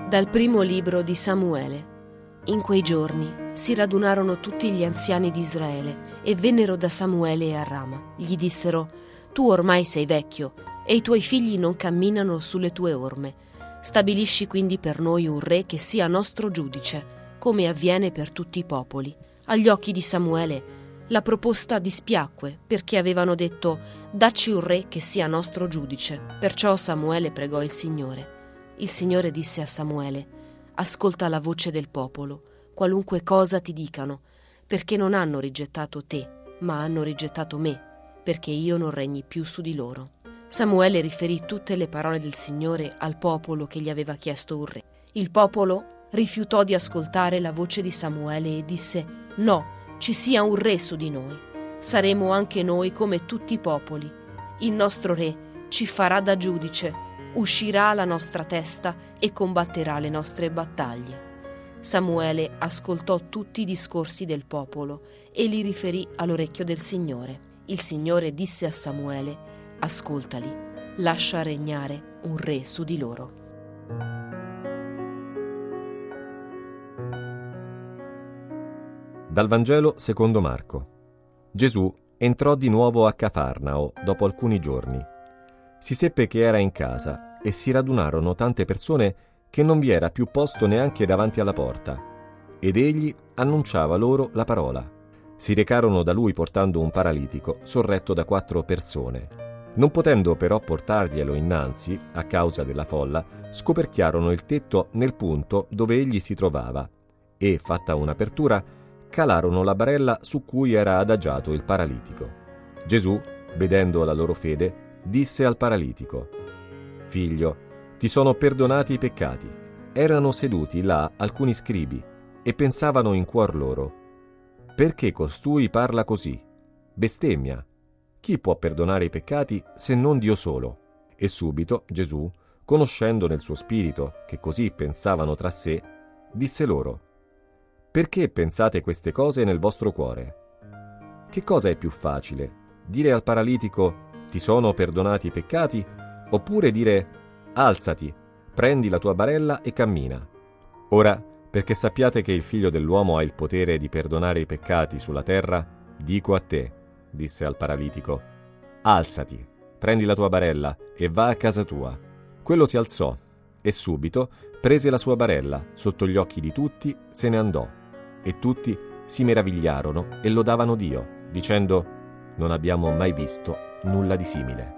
Dal primo libro di Samuele. In quei giorni si radunarono tutti gli anziani di Israele e vennero da Samuele a Rama. Gli dissero: tu ormai sei vecchio e i tuoi figli non camminano sulle tue orme. Stabilisci quindi per noi un re che sia nostro giudice, come avviene per tutti i popoli. Agli occhi di Samuele la proposta dispiacque, perché avevano detto: dacci un re che sia nostro giudice. Perciò Samuele pregò il Signore. Il Signore disse a Samuele: ascolta la voce del popolo, qualunque cosa ti dicano, perché non hanno rigettato te, ma hanno rigettato me, perché io non regni più su di loro. Samuele riferì tutte le parole del Signore al popolo che gli aveva chiesto un re. Il popolo rifiutò di ascoltare la voce di Samuele e disse: no, ci sia un re su di noi. Saremo anche noi come tutti i popoli. Il nostro re ci farà da giudice, uscirà alla nostra testa e combatterà le nostre battaglie. Samuele ascoltò tutti i discorsi del popolo e li riferì all'orecchio del Signore. Il Signore disse a Samuele: ascoltali, lascia regnare un re su di loro. Dal Vangelo secondo Marco. Gesù entrò di nuovo a Cafarnao dopo alcuni giorni. Si seppe che era in casa e si radunarono tante persone che non vi era più posto neanche davanti alla porta. Ed egli annunciava loro la parola. Si recarono da lui portando un paralitico sorretto da 4 persone. Non potendo però portarglielo innanzi, a causa della folla, scoperchiarono il tetto nel punto dove egli si trovava e, fatta un'apertura, calarono la barella su cui era adagiato il paralitico. Gesù, vedendo la loro fede, disse al paralitico: figlio, ti sono perdonati i peccati. Erano seduti là alcuni scribi e pensavano in cuor loro: perché costui parla così? Bestemmia. Chi può perdonare i peccati se non Dio solo? E subito Gesù, conoscendo nel suo spirito che così pensavano tra sé, disse loro: perché pensate queste cose nel vostro cuore? Che cosa è più facile? Dire al paralitico: ti sono perdonati i peccati? Oppure dire: alzati, prendi la tua barella e cammina? Ora, perché sappiate che il Figlio dell'uomo ha il potere di perdonare i peccati sulla terra, dico a te, disse al paralitico: alzati, prendi la tua barella e va a casa tua. Quello si alzò e subito prese la sua barella, sotto gli occhi di tutti se ne andò. E tutti si meravigliarono e lodavano Dio, dicendo: non abbiamo mai visto nulla di simile.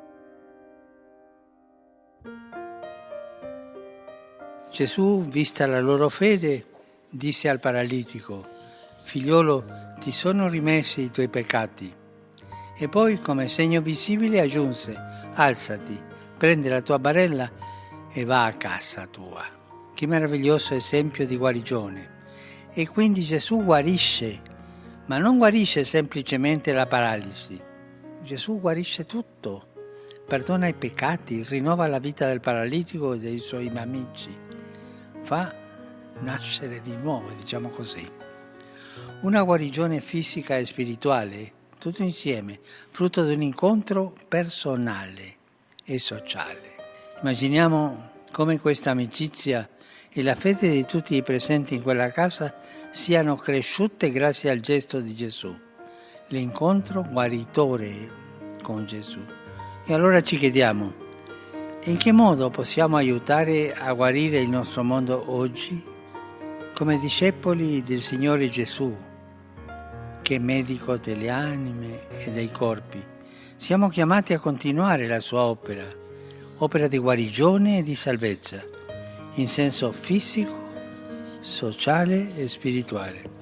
Gesù, vista la loro fede, disse al paralitico: figliolo, ti sono rimessi i tuoi peccati. E poi, come segno visibile, aggiunse: alzati, prendi la tua barella e va a casa tua. Che meraviglioso esempio di guarigione! E quindi Gesù guarisce, ma non guarisce semplicemente la paralisi. Gesù guarisce tutto, perdona i peccati, rinnova la vita del paralitico e dei suoi amici, fa nascere di nuovo, diciamo così. Una guarigione fisica e spirituale, tutto insieme, frutto di un incontro personale e sociale. Immaginiamo come questa amicizia e la fede di tutti i presenti in quella casa siano cresciute grazie al gesto di Gesù, l'incontro guaritore con Gesù. E allora ci chiediamo: in che modo possiamo aiutare a guarire il nostro mondo oggi? Come discepoli del Signore Gesù, che è medico delle anime e dei corpi, siamo chiamati a continuare la sua opera di guarigione e di salvezza, in senso fisico, sociale e spirituale.